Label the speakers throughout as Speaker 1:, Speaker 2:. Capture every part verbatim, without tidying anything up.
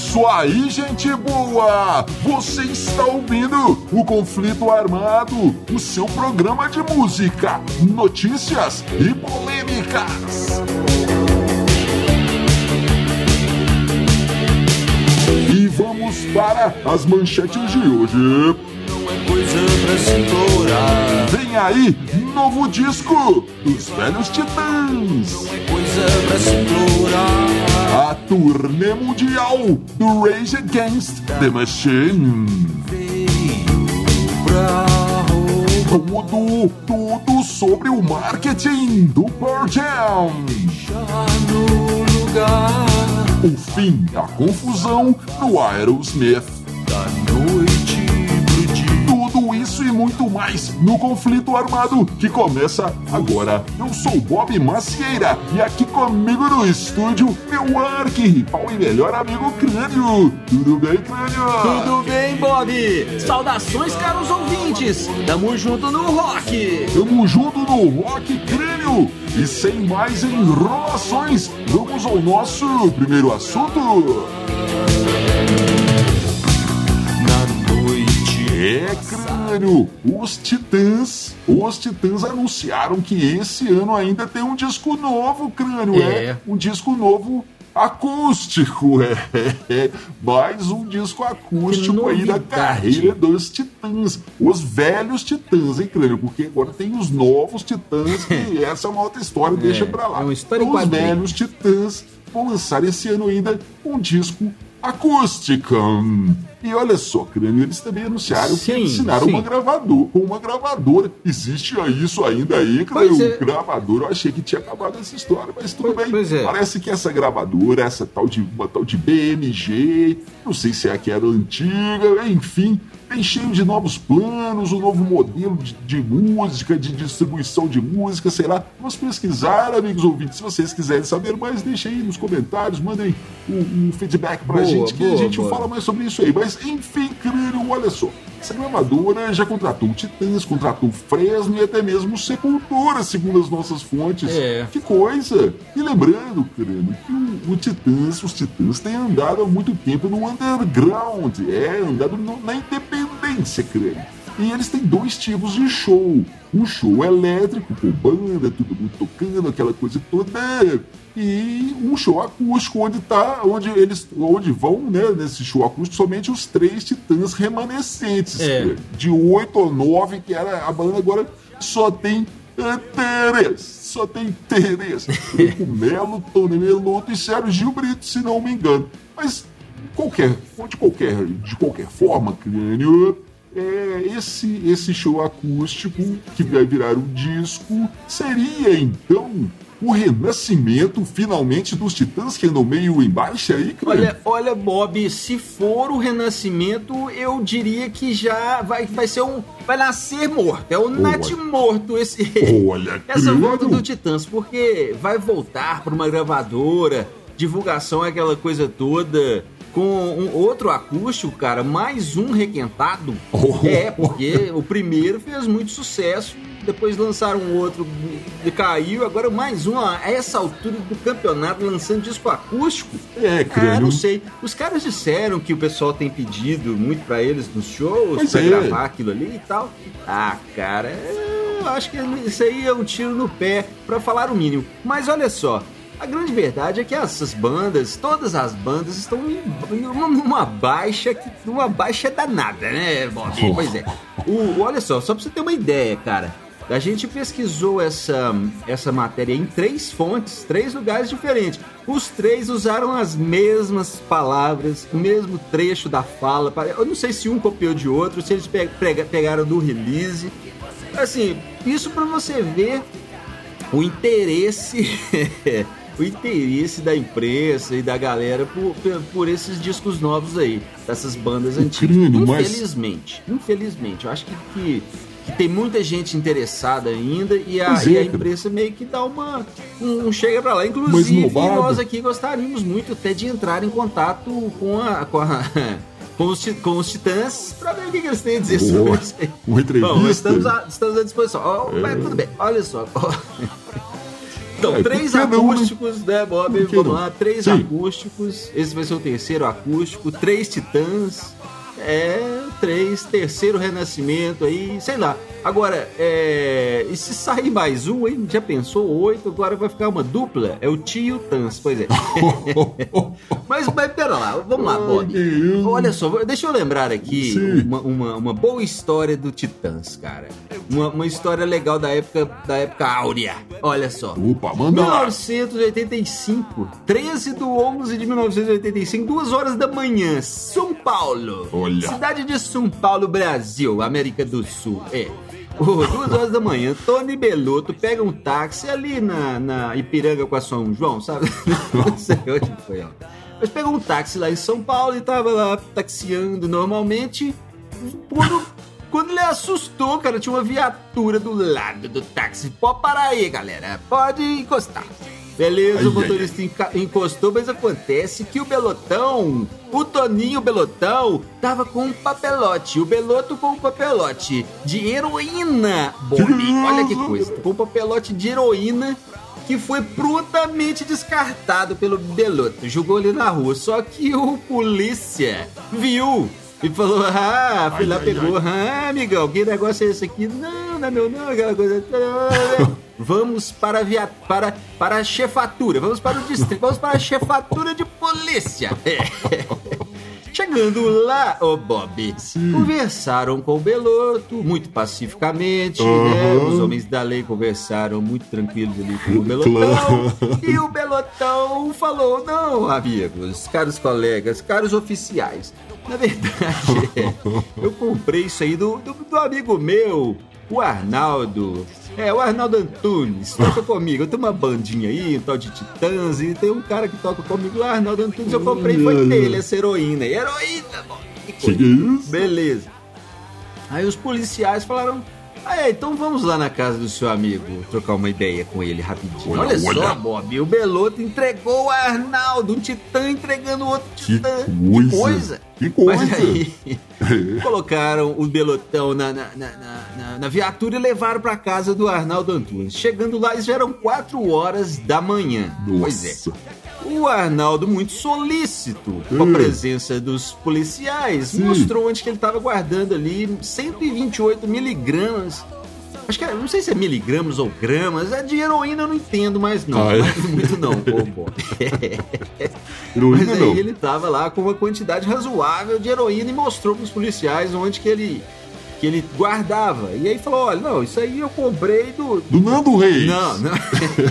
Speaker 1: isso aí, gente boa! Você está ouvindo o Conflito Armado, o seu programa de música, notícias e polêmicas. E vamos para as manchetes de hoje.
Speaker 2: Não é coisa pra se implorar.
Speaker 1: Vem aí, novo disco dos Velhos Titãs.
Speaker 2: Não é coisa pra se implorar.
Speaker 1: A turnê mundial do Rage Against the Machine.
Speaker 2: Veio pra
Speaker 1: Tudo, tudo sobre o marketing do Pearl Jam.
Speaker 2: roubar no lugar
Speaker 1: O fim da confusão no Aerosmith.
Speaker 2: da noite pro dia.
Speaker 1: Tudo isso e muito mais no Conflito Armado, que começa agora. Eu sou o Bob Macieira e aqui comigo no estúdio, meu arqui-rival e melhor amigo Crânio. Tudo bem, Crânio?
Speaker 3: Tudo bem, Bob? Saudações, caros ouvintes! Tamo junto no rock!
Speaker 1: Tamo junto no Rock, Crânio! E sem mais enrolações, vamos ao nosso primeiro assunto.
Speaker 2: Na noite
Speaker 1: É, Crânio, os Titãs, os Titãs anunciaram que esse ano ainda tem um disco novo, Crânio, é,
Speaker 3: É.
Speaker 1: um disco novo acústico, é, é, mais um disco acústico aí da
Speaker 3: novidade.
Speaker 1: carreira dos Titãs, os velhos Titãs, hein, Crânio, porque agora tem os novos Titãs, que essa é uma outra história, deixa pra lá.
Speaker 3: é uma história em
Speaker 1: Os
Speaker 3: quadrinho.
Speaker 1: velhos Titãs vão lançar esse ano ainda um disco acústico. E olha só, Crânio, eles também anunciaram que
Speaker 3: Sim,
Speaker 1: ensinaram
Speaker 3: sim.
Speaker 1: uma gravadora, com uma gravadora. Existe isso ainda aí, Crânio?
Speaker 3: Pois é.
Speaker 1: Gravadora, eu achei que tinha acabado essa história, mas tudo
Speaker 3: Pois-
Speaker 1: bem.
Speaker 3: pois é.
Speaker 1: Parece que essa gravadora, essa tal de, uma tal de B M G, não sei se é a que era antiga, enfim, tem cheio de novos planos, um novo modelo de, de música, de distribuição de música, sei lá. Vamos pesquisar, amigos ouvintes. Se vocês quiserem saber mais, deixem aí nos comentários, mandem um, um feedback pra
Speaker 3: Boa,
Speaker 1: gente, que
Speaker 3: boa,
Speaker 1: a gente
Speaker 3: boa.
Speaker 1: fala mais sobre isso aí. Mas, enfim, Crânio, olha só. Essa gravadora já contratou o Titãs, contratou o Fresno e até mesmo o Sepultura, segundo as nossas fontes.
Speaker 3: É.
Speaker 1: Que coisa! E lembrando, Crânio, que o, o Titãs, os Titãs têm andado há muito tempo no underground, é, andado no- na independência, Crânio. E eles têm dois tipos de show. Um show elétrico, com banda, todo mundo tocando, aquela coisa toda. E um show acústico, onde tá, onde eles onde vão, né, nesse show acústico, somente os três Titãs remanescentes.
Speaker 3: É.
Speaker 1: Crânio. De oito ou nove, que era a banda, agora só tem eh, três. Só tem três. O Melo, Tony Meloto e Sérgio Brito, se não me engano. Mas qualquer, de qualquer, de qualquer forma, Crânio, é, esse, esse show acústico que vai virar um disco seria então o renascimento finalmente dos Titãs, que andam meio em baixa aí, Crânio?
Speaker 3: Olha, olha, Bob, se for o renascimento, eu diria que já vai, vai ser um. Vai nascer morto. É o Nat morto esse.
Speaker 1: Olha,
Speaker 3: Essa
Speaker 1: Crânio.
Speaker 3: volta do Titãs, porque vai voltar para uma gravadora, divulgação é aquela coisa toda, com um outro acústico, cara, mais um requentado.
Speaker 1: Oh.
Speaker 3: É, porque o primeiro fez muito sucesso, depois lançaram um outro, caiu, agora mais um, a essa altura do campeonato, lançando disco acústico.
Speaker 1: É, Crânio.
Speaker 3: Ah, não sei. Os caras disseram que o pessoal tem pedido muito pra eles nos shows,
Speaker 1: Pois
Speaker 3: pra
Speaker 1: é.
Speaker 3: gravar aquilo ali e tal. Ah, cara, eu acho que isso aí é um tiro no pé, pra falar o mínimo. Mas olha só, a grande verdade é que essas bandas, todas as bandas estão em- numa, numa baixa, que- numa baixa danada, né, Bob?
Speaker 1: Oh.
Speaker 3: Pois é. O, olha só, só pra você ter uma ideia, cara. A gente pesquisou essa, essa matéria em três fontes, três lugares diferentes. Os três usaram as mesmas palavras, o mesmo trecho da fala. Eu não sei se um copiou de outro, se eles pe- pega- pegaram do release. Assim, isso pra você ver o interesse, o interesse da imprensa e da galera por, por, por esses discos novos aí, dessas bandas antigas.
Speaker 1: Crânio, mas-
Speaker 3: Infelizmente, infelizmente, eu acho que, que, que tem muita gente interessada ainda e a,
Speaker 1: Pois
Speaker 3: e
Speaker 1: é,
Speaker 3: a
Speaker 1: cara.
Speaker 3: imprensa meio que dá uma um, um chega pra lá. Inclusive,
Speaker 1: esnobada.
Speaker 3: nós aqui gostaríamos muito até de entrar em contato com a, com a com os, ti- com os Titãs pra ver o que, que eles têm a dizer
Speaker 1: Boa.
Speaker 3: sobre isso aí.
Speaker 1: Uma entrevista.
Speaker 3: Bom, estamos, a, estamos à disposição. Ó,
Speaker 1: É.
Speaker 3: Mas tudo bem, olha só. Então,
Speaker 1: É,
Speaker 3: três
Speaker 1: por que não, né?
Speaker 3: acústicos, né, Bob?
Speaker 1: Por que
Speaker 3: Vamos
Speaker 1: não?
Speaker 3: lá, três
Speaker 1: Sim.
Speaker 3: acústicos. Esse vai ser o terceiro acústico. Três Titãs. É, três, terceiro renascimento aí, sei lá. Agora, é, e se sair mais um, hein? Já pensou? Oito, agora vai ficar uma dupla? É o Tio Tans, pois é. mas, mas pera lá, vamos lá, Bob.
Speaker 1: Ai,
Speaker 3: Olha só, deixa eu lembrar aqui
Speaker 1: Sim.
Speaker 3: uma, uma, uma boa história do Titãs, cara. Uma, uma história legal da época, da época áurea. Olha só.
Speaker 1: Opa, manda
Speaker 3: mil
Speaker 1: lá.
Speaker 3: novecentos e oitenta e cinco, treze de onze de mil novecentos e oitenta e cinco, duas horas da manhã, São Paulo.
Speaker 1: Olha.
Speaker 3: Cidade de São Paulo, Brasil, América do Sul. É. Oh, duas horas da manhã, Tony Belotto pega um táxi ali na, na Ipiranga com a São João, sabe? Não sei onde foi, ó. Mas pegou um táxi lá em São Paulo e tava lá taxiando normalmente. Quando, quando ele assustou, cara, tinha uma viatura do lado do táxi. Pode parar aí, galera. Pode encostar. Beleza,
Speaker 1: Ai,
Speaker 3: o motorista enca- encostou, mas acontece que o Belotão, o Toninho Belotão, tava com um papelote, o Belotto com um papelote de heroína, Bob, olha que coisa, com um papelote de heroína que foi prontamente descartado pelo Belotto, jogou ali na rua, só que o polícia viu e falou, ah, foi
Speaker 1: Ai,
Speaker 3: lá,
Speaker 1: ai,
Speaker 3: pegou, ah, amigão, que negócio é esse aqui? Não, não é meu não, aquela coisa... Vamos para a, via... para, para a chefatura, vamos para o distrito, vamos para a chefatura de polícia. Chegando lá, ô Bob,
Speaker 1: Sim.
Speaker 3: conversaram com o Belotto muito pacificamente,
Speaker 1: Uhum.
Speaker 3: né? Os homens da lei conversaram muito tranquilos ali com o Belotão.
Speaker 1: Claro.
Speaker 3: E o Belotão falou, não, amigos, caros colegas, caros oficiais, na verdade, é, eu comprei isso aí do, do, do amigo meu, o Arnaldo. É, o Arnaldo Antunes, toca comigo. Eu tenho uma bandinha aí, um tal de Titãs, e tem um cara que toca comigo, o Arnaldo Antunes. Eu comprei, foi dele, essa heroína. Heroína, mano. Que
Speaker 1: Que
Speaker 3: coisa.
Speaker 1: que é isso?
Speaker 3: Beleza. Aí os policiais falaram, ah, é, então vamos lá na casa do seu amigo, trocar uma ideia com ele rapidinho.
Speaker 1: Olha,
Speaker 3: Olha,
Speaker 1: olha.
Speaker 3: só, Bob, o Belotto entregou o Arnaldo, um titã entregando o outro
Speaker 1: Que
Speaker 3: titã.
Speaker 1: coisa.
Speaker 3: Que coisa.
Speaker 1: Que coisa.
Speaker 3: Mas aí, colocaram o Belotão na, na, na, na, na viatura e levaram pra casa do Arnaldo Antunes. Chegando lá, já eram quatro horas da manhã.
Speaker 1: Nossa.
Speaker 3: Pois é. O Arnaldo, muito solícito com a
Speaker 1: Hum.
Speaker 3: presença dos policiais,
Speaker 1: Sim.
Speaker 3: mostrou onde que ele estava guardando ali cento e vinte e oito miligramas. Acho que é, não sei se é miligramas ou gramas, é de heroína, eu não entendo mais não,
Speaker 1: Ah, é?
Speaker 3: mas muito não, pô, pô.
Speaker 1: Heroína
Speaker 3: Mas aí
Speaker 1: não.
Speaker 3: ele tava lá com uma quantidade razoável de heroína e mostrou pros policiais onde que ele, que ele guardava. E aí falou, olha, não, isso aí eu comprei do...
Speaker 1: Do Nando Reis.
Speaker 3: Não, não.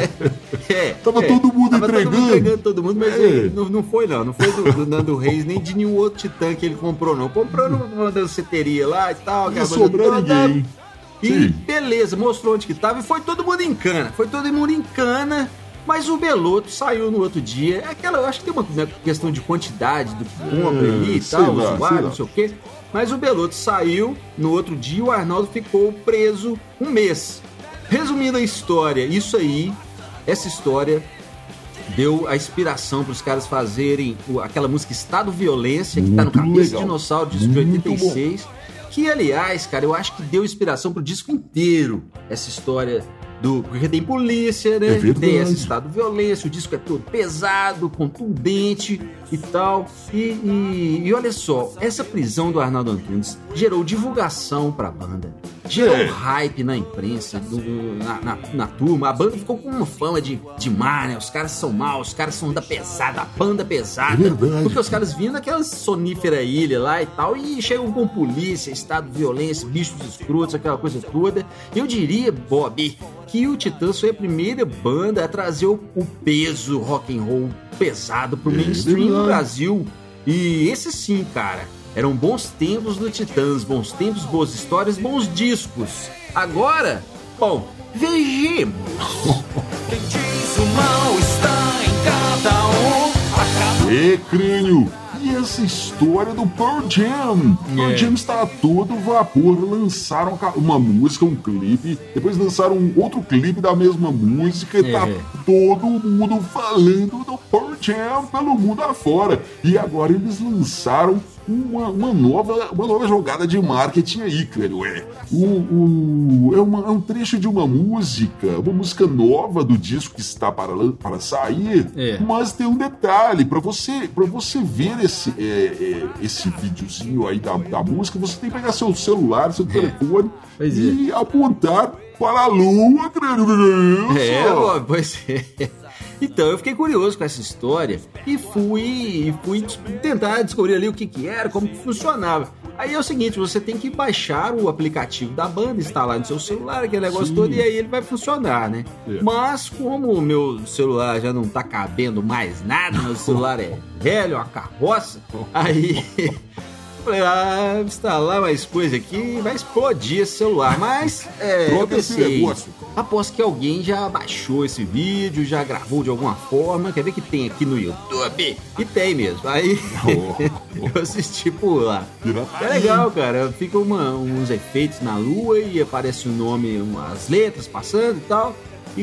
Speaker 3: É,
Speaker 1: Tava
Speaker 3: é,
Speaker 1: todo mundo
Speaker 3: tava
Speaker 1: entregando.
Speaker 3: Todo mundo entregando todo mundo, mas
Speaker 1: É.
Speaker 3: ele- não, não foi não, não foi do, do Nando Reis, nem de nenhum outro titã que ele comprou não. Comprou numa danceteria lá e tal.
Speaker 1: Não ia
Speaker 3: aquela coisa
Speaker 1: sobrar
Speaker 3: toda.
Speaker 1: ninguém.
Speaker 3: E
Speaker 1: Sim.
Speaker 3: beleza, mostrou onde que tava e foi todo mundo em cana. Foi todo mundo em cana, mas o Belotto saiu no outro dia. É aquela, eu acho que tem uma né, questão de quantidade do que compra
Speaker 1: É,
Speaker 3: ali e
Speaker 1: sei
Speaker 3: tal,
Speaker 1: lá,
Speaker 3: usuário,
Speaker 1: sei
Speaker 3: não
Speaker 1: lá.
Speaker 3: sei o quê. Mas o Belotto saiu no outro dia e o Arnaldo ficou preso um mês. Resumindo a história, isso aí, essa história deu a inspiração para os caras fazerem o- aquela música Estado Violência, que tá no
Speaker 1: Muito
Speaker 3: Cabeça
Speaker 1: legal.
Speaker 3: Dinossauro, disco de
Speaker 1: Muito
Speaker 3: oitenta e seis. Que, aliás, cara, eu acho que deu inspiração pro disco inteiro. Essa história do... Porque tem polícia, né?
Speaker 1: É verdade.
Speaker 3: Tem esse estado de violência, o disco é todo pesado, contundente e tal. E, e, e olha só, essa prisão do Arnaldo Antunes gerou divulgação pra banda. Gerou
Speaker 1: É.
Speaker 3: hype na imprensa, do- na, na, na turma. A banda ficou com uma fama de, de má, né? Os caras são maus, os caras são da pesada, a banda pesada.
Speaker 1: É verdade.
Speaker 3: Porque os caras vinham daquela sonífera ilha lá e tal, e chegam com polícia, estado de violência, bichos escrotos, aquela coisa toda. Eu diria, Bob, que o Titãs foi a primeira banda a trazer o, o peso rock and roll pesado pro
Speaker 1: É
Speaker 3: mainstream
Speaker 1: verdade.
Speaker 3: no Brasil. E esse sim, cara, eram bons tempos do Titãs, bons tempos, boas histórias, bons discos. Agora, bom, vejamos.
Speaker 2: Quem diz o mal está em cada um. Acaba
Speaker 1: É, crânio. E essa história do Pearl Jam? Pearl
Speaker 3: É.
Speaker 1: Jam está a todo vapor. Lançaram ca- uma música, um clipe. Depois lançaram um outro clipe da mesma música. E tá
Speaker 3: É.
Speaker 1: todo mundo falando do Pearl Jam pelo mundo afora. E agora eles lançaram uma, uma, nova, uma nova jogada de marketing aí, Crânio. É, o, o, é, uma, é um trecho de uma música, uma música nova do disco que está para, para sair, é. Mas tem um detalhe, para você, para você ver esse, é, é, esse videozinho aí da, da música, você tem que pegar seu celular, seu telefone é. e é. apontar para a lua, Crânio.
Speaker 3: É, pois é. Então, eu fiquei curioso com essa história e fui, fui tentar descobrir ali o que, que era, como que funcionava. Aí é o seguinte, você tem que baixar o aplicativo da banda, instalar no seu celular, aquele negócio Sim. todo, e aí ele vai funcionar, né? É. Mas como o meu celular já não tá cabendo mais nada, meu celular é velho, uma carroça, aí... Falei, ah, instalar mais coisa aqui, vai explodir esse celular. Mas, é, eu pensei, aposto que alguém já baixou esse vídeo, já gravou de alguma forma. Quer ver que tem aqui no YouTube? E tem mesmo. Aí, oh, oh. eu assisti por lá. É legal, cara. Fica uma, uns efeitos na lua e aparece o nome, umas letras passando e tal.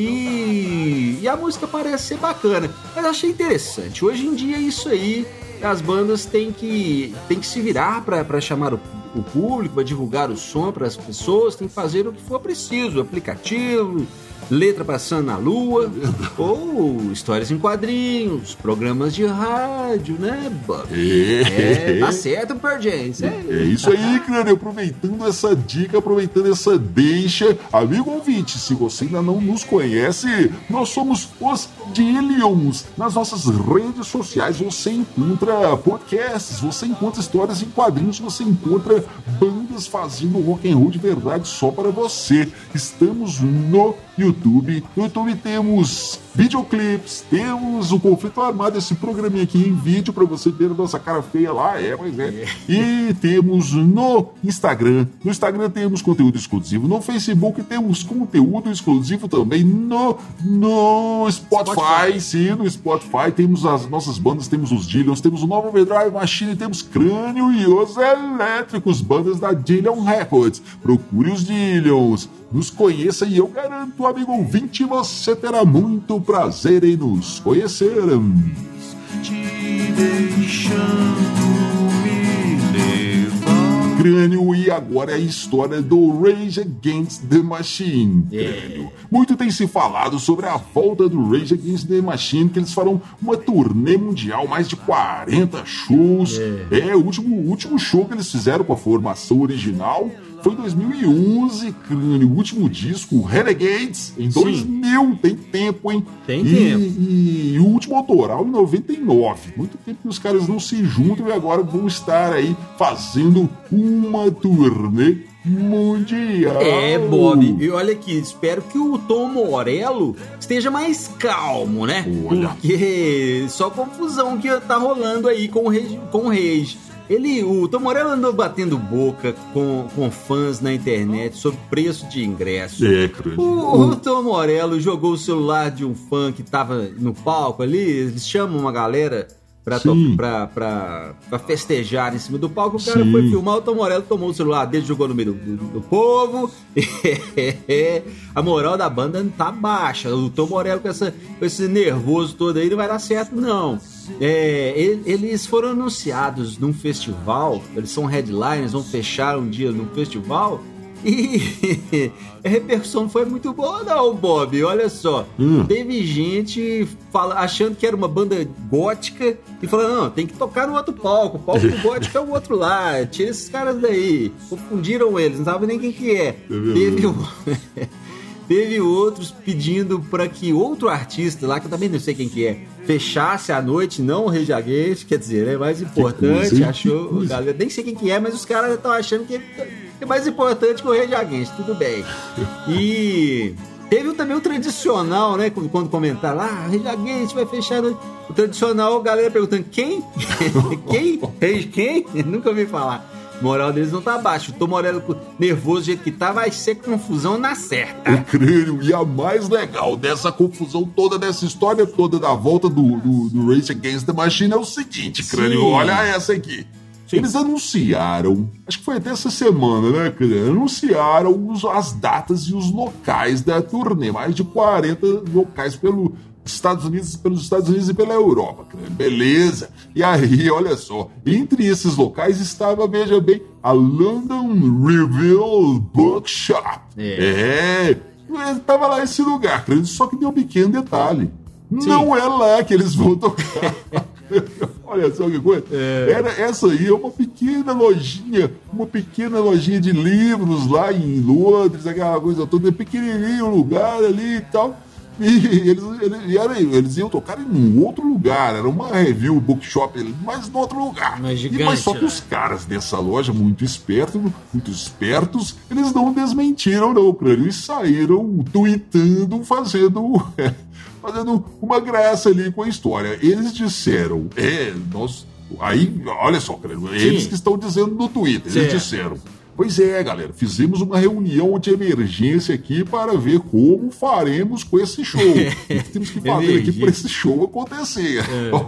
Speaker 3: E, e a música parece ser bacana. Mas achei interessante. Hoje em dia, isso aí... As bandas têm que, têm que se virar para chamar o, o público, para divulgar o som para as pessoas, tem que fazer o que for preciso, aplicativo, letra passando na lua, ou histórias em quadrinhos, programas de rádio, né, Bob? É, tá certo, Pergence. É.
Speaker 1: é isso aí, Crânio, aproveitando essa dica, aproveitando essa deixa, amigo ouvinte, se você ainda não nos conhece, nós somos os Dillions. Nas nossas redes sociais você encontra podcasts, você encontra histórias em quadrinhos, você encontra bandas fazendo rock and roll de verdade só para você. Estamos no YouTube. No YouTube temos videoclipes, temos o Conflito Armado, esse programinha aqui em vídeo para você ver a nossa cara feia lá, é, mas é. E temos no Instagram. No Instagram temos conteúdo exclusivo. No Facebook temos conteúdo exclusivo também no, no Spotify. Spotify. Sim, no Spotify temos as nossas bandas, temos os Dillions, temos o Nova Overdrive Machine, temos Crânio e os Elétricos, bandas da Dillion Records. Procure os Dillions, nos conheça e eu garanto, amigo ouvinte, você terá muito prazer em nos conhecer. Te deixando me levar. Crânio, e agora é a história do Rage Against the Machine. Crânio. Muito tem se falado sobre a volta do Rage Against the Machine, que eles farão uma turnê mundial, mais de quarenta shows. É, é o último, o último show que eles fizeram com a formação original foi em dois mil e onze, Crânio, o último disco, Renegades, em Sim. dois mil, tem tempo, hein?
Speaker 3: Tem
Speaker 1: e,
Speaker 3: tempo.
Speaker 1: E, e o último autoral em noventa e nove. Muito tempo que os caras não se juntam e agora vão estar aí fazendo uma turnê mundial.
Speaker 3: É, Bob, e olha aqui, espero que o Tom Morello esteja mais calmo, né? Olha. Porque só confusão que tá rolando aí com o Rage. Com o Rage. Ele, o Tom Morello andou batendo boca com, com fãs na internet sobre preço de ingresso.
Speaker 1: É, cruz.
Speaker 3: O, o Tom Morello jogou o celular de um fã que tava no palco ali, eles chamam uma galera pra, to, pra, pra, pra festejar em cima do palco, o cara Sim. foi filmar, o Tom Morello tomou o celular dele, jogou no meio do, do, do povo. A moral da banda não tá baixa. O Tom Morello com, essa, com esse nervoso todo aí não vai dar certo, não. É, eles foram anunciados num festival, eles são headliners, vão fechar um dia num festival e a repercussão não foi muito boa não, Bob, olha só, hum. teve gente fala, achando que era uma banda gótica e falando, não, tem que tocar no outro palco, o palco do gótico é o outro lá, tira esses caras daí, confundiram eles, não sabem nem quem que é, teve um... Teve outros pedindo para que outro artista lá, que eu também não sei quem que é, fechasse a noite, não o Rage Against, quer dizer, é mais importante, coisa, achou, galera, nem sei quem que é, mas os caras estão achando que é mais importante que o Rage Against, tudo bem. E teve também o tradicional, né, quando comentaram, ah, Rage Against vai fechar a noite. O tradicional, a galera perguntando, quem? Quem? Rage quem? Nunca ouvi falar. Moral deles não tá baixo. O Tom Morello nervoso do jeito que tá, vai ser confusão na certa.
Speaker 1: Eu creio, e a mais legal dessa confusão toda, dessa história toda da volta do, do, do Rage Against the Machine é o seguinte, Crânio, olha essa aqui. Sim. Eles anunciaram, acho que foi até essa semana, né, Crânio? Anunciaram os, as datas e os locais da turnê. Mais de quarenta locais pelo, Estados Unidos, pelos Estados Unidos e pela Europa. Beleza. E aí, olha só, entre esses locais estava, veja bem, a London Review Bookshop. É. é. Estava lá esse lugar, só que tem um pequeno detalhe. Sim. Não é lá que eles vão tocar. Olha só que coisa. É. Era, essa aí é uma pequena lojinha, uma pequena lojinha de livros lá em Londres, aquela coisa toda, pequenininho lugar ali e tal. E eles, eles, era, eles iam tocar em um outro lugar, era uma review bookshop, mas em outro lugar.
Speaker 4: Mas, gigante,
Speaker 1: e, mas só que
Speaker 4: né?
Speaker 1: os caras dessa loja, muito espertos, muito espertos, eles não desmentiram não, crânio, e saíram tweetando, fazendo, fazendo uma graça ali com a história. Eles disseram, é, nós... Aí, olha só, crânio, eles que estão dizendo no Twitter, eles
Speaker 4: Sim.
Speaker 1: disseram... Pois é, galera, fizemos uma reunião de emergência aqui para ver como faremos com esse show. O que temos que fazer aqui para esse show acontecer.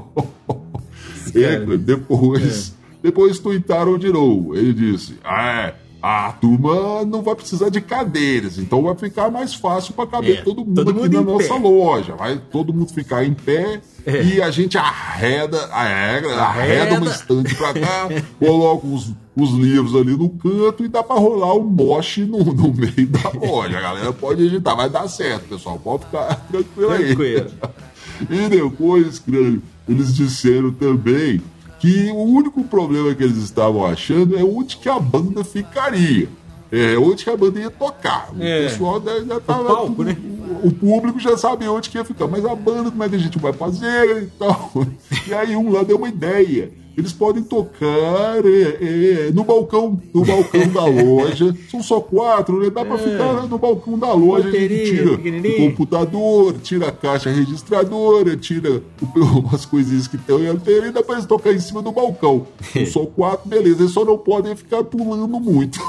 Speaker 1: É. É, depois, é. depois tuitaram de novo. Ele disse, ah, a turma não vai precisar de cadeiras, então vai ficar mais fácil para caber
Speaker 4: é.
Speaker 1: todo mundo
Speaker 4: todo
Speaker 1: aqui
Speaker 4: mundo
Speaker 1: na nossa
Speaker 4: pé.
Speaker 1: loja. Vai todo mundo ficar em pé. É. E a gente arreda, arreda, arreda, arreda uma estante pra cá, coloca os, os livros ali no canto e dá pra rolar um moche no, no meio da loja. A galera pode agitar, vai dar certo, pessoal. Pode ficar tranquilo aí.
Speaker 4: Tranquilo.
Speaker 1: E depois, crânio, eles disseram também que o único problema que eles estavam achando é onde que a banda ficaria. É, onde que a banda ia tocar. O
Speaker 4: é.
Speaker 1: pessoal já, já tava.
Speaker 4: O palco,
Speaker 1: tudo,
Speaker 4: né?
Speaker 1: O público já sabia onde que ia ficar, mas a banda, como é que a gente vai fazer e tal? E aí um lá deu uma ideia. Eles podem tocar é, é, no balcão, no balcão da loja. São só quatro, né? Dá pra é. ficar no balcão da loja. A gente tira o computador, tira a caixa registradora, tira umas coisinhas que tem e dá pra eles tocar em cima do balcão. São só quatro, beleza. Eles só não podem ficar pulando muito.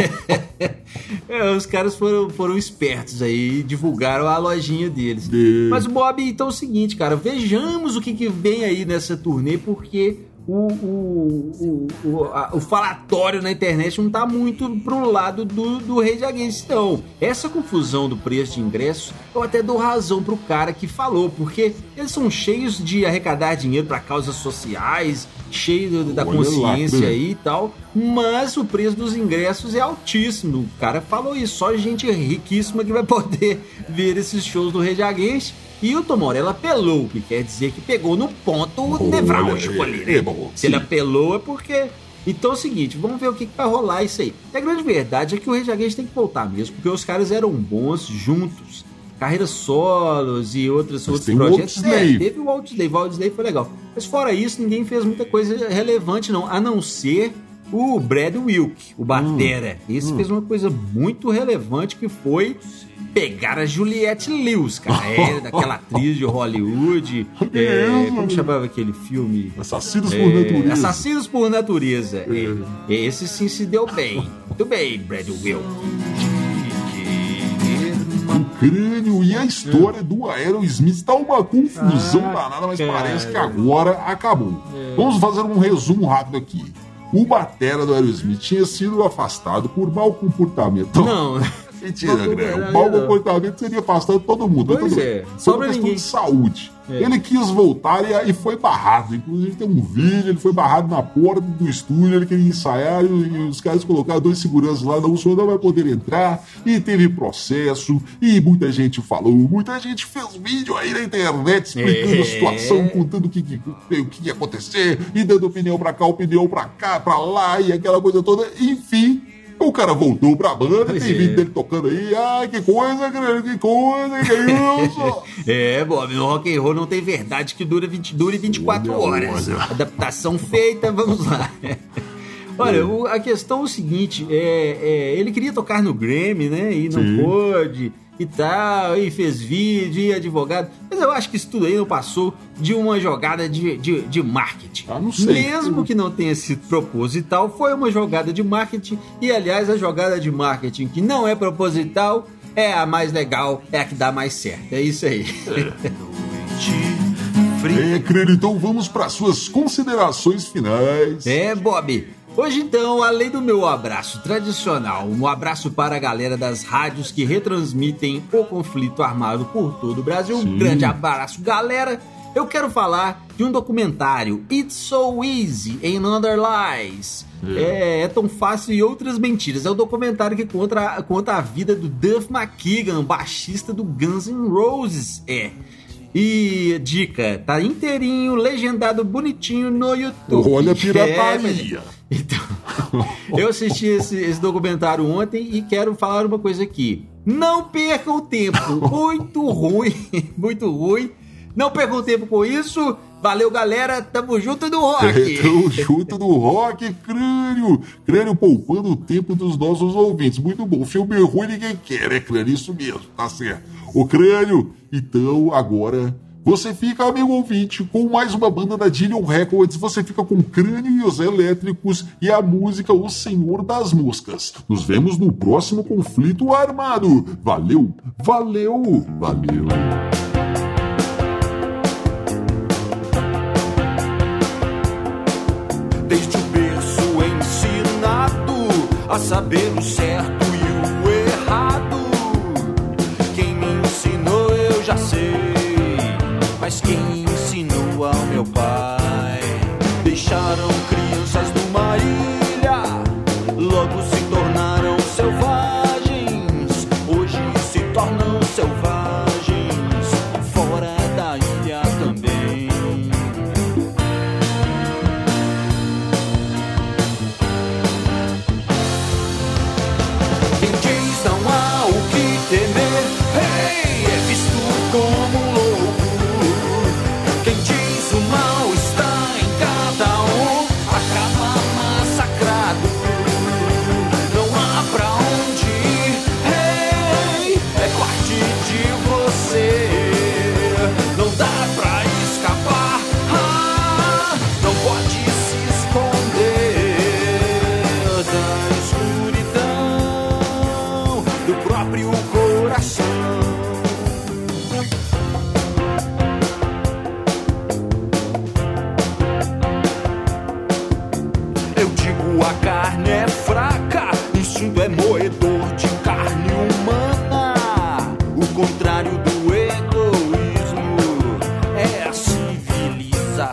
Speaker 3: É, os caras foram, foram espertos aí e divulgaram a lojinha deles.
Speaker 1: É.
Speaker 3: Mas, Bob, então é o seguinte, cara, vejamos o que, que vem aí nessa turnê, porque o, o, o, o, a, o falatório na internet não tá muito pro lado do, do Rage Against, não. Essa confusão do preço de ingressos, eu até dou razão pro cara que falou, porque eles são cheios de arrecadar dinheiro para causas sociais, cheio da
Speaker 1: Olha
Speaker 3: consciência
Speaker 1: lá,
Speaker 3: aí e tal, mas o preço dos ingressos é altíssimo. O cara falou isso, só gente riquíssima que vai poder ver esses shows do Rage Against. E o Tom Morello apelou, que quer dizer que pegou no ponto Olha, nevrálgico ali, né?
Speaker 1: É bom,
Speaker 3: Se ele apelou é porque... Então é o seguinte, vamos ver o que, que vai rolar isso aí. E a grande verdade é que o Rage Against tem que voltar mesmo, porque os caras eram bons juntos. Carreiras solos e outros, outros projetos. É, teve o Audioslave, o Audioslave foi legal. Mas fora isso, ninguém fez muita coisa relevante não, a não ser o Brad Wilk, o batera. Hum, Esse hum. fez uma coisa muito relevante que foi pegar a Juliette Lewis, cara. É, daquela atriz de Hollywood. É, como chamava aquele filme?
Speaker 1: Assassinos
Speaker 3: é,
Speaker 1: por Natureza.
Speaker 3: Assassinos por Natureza. É. É, esse sim se deu bem. Muito bem, Brad Wilk.
Speaker 1: O crânio e a história do Aerosmith tá uma confusão ah, danada, mas cara. parece que agora acabou. É. Vamos fazer um resumo rápido aqui. O batera do Aerosmith tinha sido afastado por mau comportamento.
Speaker 3: Não.
Speaker 1: Mentira, né? O mau comportamento seria afastado todo mundo.
Speaker 3: Pois
Speaker 1: todo
Speaker 3: é.
Speaker 1: Só uma questão de saúde. É. Ele quis voltar e, e foi barrado. Inclusive tem um vídeo, ele foi barrado na porta do estúdio, ele queria ensaiar e, e os caras colocaram dois seguranças lá, não, o senhor não vai poder entrar. E teve processo, e muita gente falou, muita gente fez vídeo aí na internet explicando é. a situação, contando o que, que, o que ia acontecer, e dando opinião pra cá, opinião pra cá, pra lá, e aquela coisa toda. Enfim, o cara voltou pra banda, pois tem é. vídeo dele tocando aí, ah, que coisa, que coisa, que é isso?
Speaker 3: É, Bob, no rock and roll não tem verdade que dura, vinte, dure vinte e quatro olha, horas. Olha. Adaptação feita, vamos lá. Olha, o, a questão é o seguinte, é, é, ele queria tocar no Grammy, né, e não Sim. pôde, e tal, e fez vídeo, e advogado, mas eu acho que isso tudo aí não passou de uma jogada de, de, de marketing.
Speaker 1: Ah, não sei.
Speaker 3: Mesmo que não tenha sido proposital, foi uma jogada de marketing, e aliás, a jogada de marketing que não é proposital é a mais legal, é a que dá mais certo, é isso aí.
Speaker 1: É, querido, então vamos para suas considerações finais.
Speaker 3: É, Bob, Hoje, então, além do meu abraço tradicional, um abraço para a galera das rádios que retransmitem o conflito armado por todo o Brasil.
Speaker 1: Sim.
Speaker 3: Um grande abraço, galera. Eu quero falar de um documentário, It's So Easy and Other Lies. É, é tão fácil e outras mentiras. É um documentário que conta, conta a vida do Duff McKagan, baixista do Guns N' Roses. É. E dica, tá inteirinho, legendado bonitinho no YouTube.
Speaker 1: Olha a pirataria.
Speaker 3: É, então, eu assisti esse, esse documentário ontem e quero falar uma coisa aqui. Não percam tempo. Muito ruim, muito ruim. Não percam tempo com isso. Valeu, galera. Tamo junto no rock.
Speaker 1: É, tamo junto no rock, Crânio. Crânio poupando o tempo dos nossos ouvintes. Muito bom. Filme ruim ninguém quer, né, Crânio? Isso mesmo, tá certo. Ô, Crânio, então agora você fica, amigo ouvinte, com mais uma banda da Dillion Records. Você fica com Crânio e os Elétricos e a música O Senhor das Moscas. Nos vemos no próximo conflito armado. Valeu, valeu, valeu.
Speaker 2: Desde o berço ensinado a saber o certo e o errado. Quem me ensinou eu já sei, mas quem ensinou ao meu pai? Deixaram crianças numa ilha, logo se tornaram selvagens. Hoje se tornam selvagens fora da ilha também. Quem diz não há o que temer, hey, é visto como um louco. Quem diz o mal está em cada um, acaba massacrado. Não há pra onde ir, hey, é parte de você. Não dá pra escapar, ah, não pode se esconder da escuridão do próprio coração. Eu digo a carne é fraca, o instinto é moedor de carne humana. O contrário do egoísmo é a civilização.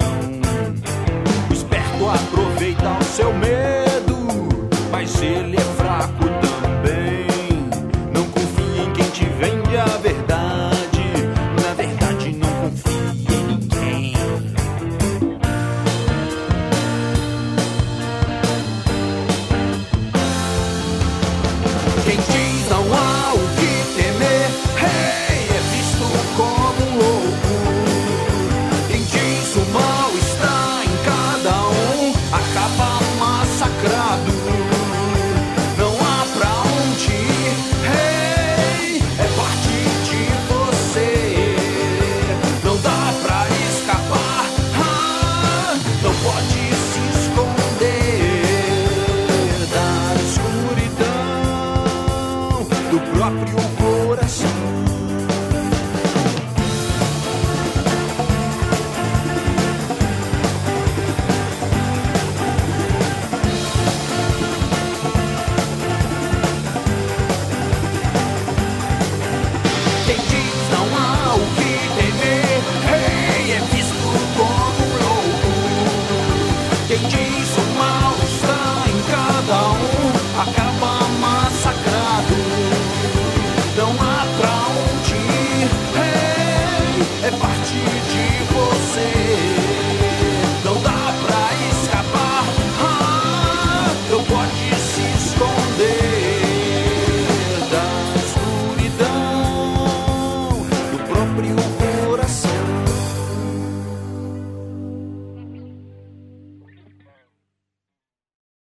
Speaker 2: O esperto aproveita o seu medo, mas ele é fraco também. Não confia em quem te vende a verdade, na verdade não confia em ninguém. Quem diz não há o que temer, hey, é visto como um louco. Quem diz o mal está em cada um, acaba massacrado. Não há pra onde ir, hey, é parte de você. Não dá pra escapar, ah, não pode se esconder da escuridão do próprio coração.